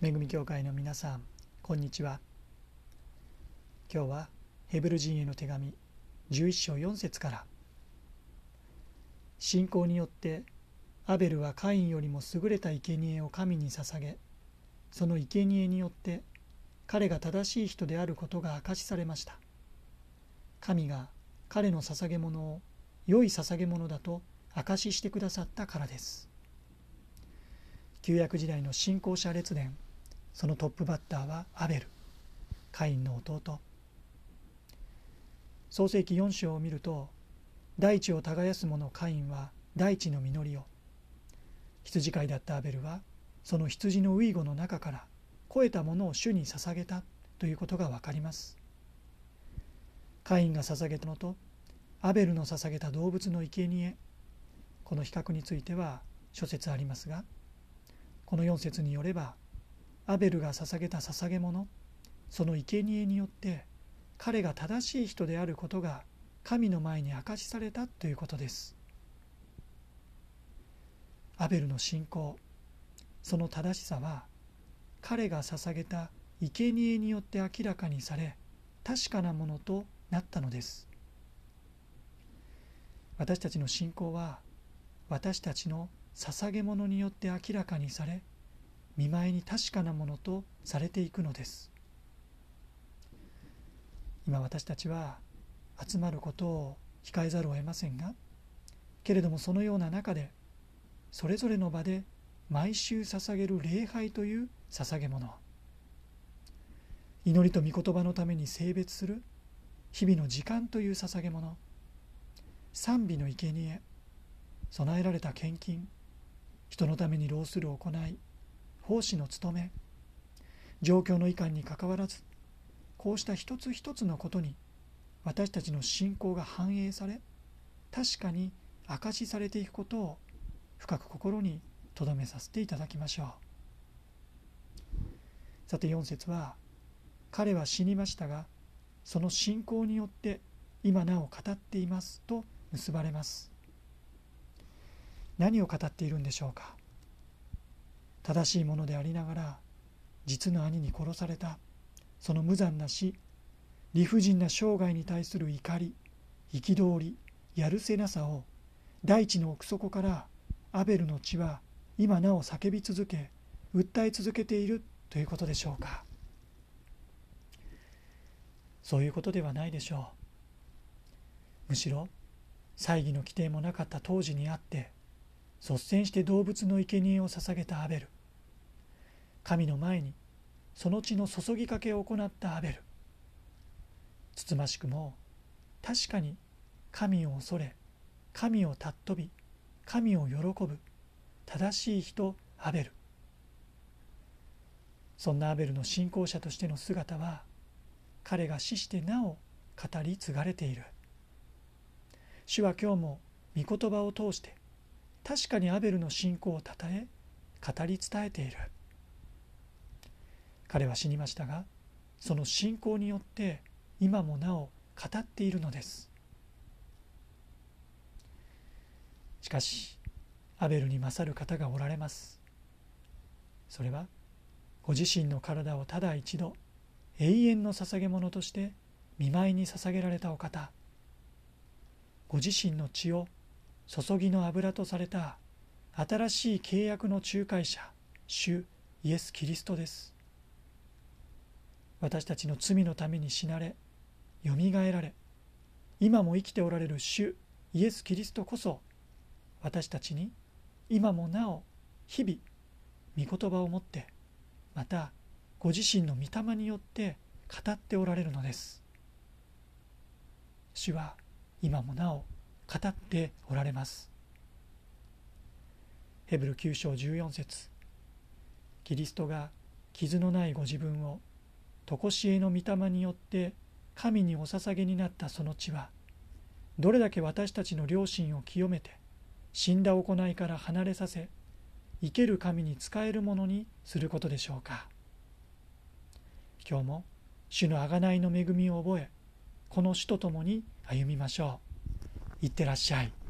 恵み教会の皆さん、こんにちは。今日はヘブル人への手紙11章4節から、信仰によってアベルはカインよりも優れた生贄を神に捧げ、その生贄によって彼が正しい人であることが証しされました。神が彼の捧げ物を良い捧げ物だと証ししてくださったからです。旧約時代の信仰者列伝、そのトップバッターはアベル、カインの弟。創世記4章を見ると、大地を耕す者カインは大地の実りを、羊飼いだったアベルはその羊のウイゴの中から肥えたものを主に捧げたということがわかります。カインが捧げたのとアベルの捧げた動物の生贄、この比較については諸説ありますが、この4節によれば、アベルが捧げた捧げ物、その生贄によって彼が正しい人であることが神の前に証しされたということです。アベルの信仰、その正しさは彼が捧げた生贄によって明らかにされ、確かなものとなったのです。私たちの信仰は私たちの捧げ物によって明らかにされ、見舞いに確かなものとされていくのです。今私たちは集まることを控えざるを得ませんが、けれどもそのような中で、それぞれの場で毎週捧げる礼拝という捧げ物、祈りと御言葉のために聖別する日々の時間という捧げ物、賛美の生贄、備えられた献金、人のために労する行い、奉仕の務め、状況のいかんにかかわらず、こうした一つ一つのことに私たちの信仰が反映され、確かに証しされていくことを深く心に留めさせていただきましょう。さて4節は、彼は死にましたがその信仰によって今なお語っていますと結ばれます。何を語っているんでしょうか。正しいものでありながら実の兄に殺されたその無残な死、理不尽な生涯に対する怒り、憤り、やるせなさを大地の奥底からアベルの血は今なお叫び続け、訴え続けているということでしょうか。そういうことではないでしょう。むしろ祭儀の規定もなかった当時にあって、率先して動物の生贄を捧げたアベル、神の前にその血の注ぎかけを行ったアベル、つつましくも確かに神を恐れ、神を尊び、神を喜ぶ正しい人アベル。そんなアベルの信仰者としての姿は、彼が死してなお語り継がれている。主は今日も御言葉を通して確かにアベルの信仰をたたえ、語り伝えている。彼は死にましたが、その信仰によって今もなお語っているのです。しかしアベルに勝る方がおられます。それはご自身の体をただ一度永遠の捧げ物として見舞いに捧げられたお方、ご自身の血を注ぎの油とされた新しい契約の仲介者、主イエス・キリストです。私たちの罪のために死なれ、よみがえられ、今も生きておられる主イエス・キリストこそ、私たちに今もなお日々御言葉をもって、またご自身の御霊によって語っておられるのです。主は今もなお語っておられます。ヘブル9章14節、キリストが傷のないご自分を常しえの御霊によって神にお捧げになったその血は、どれだけ私たちの良心を清めて、死んだ行いから離れさせ、生ける神に仕えるものにすることでしょうか。今日も主の贖いの恵みを覚え、この主と共に歩みましょう。いってらっしゃい。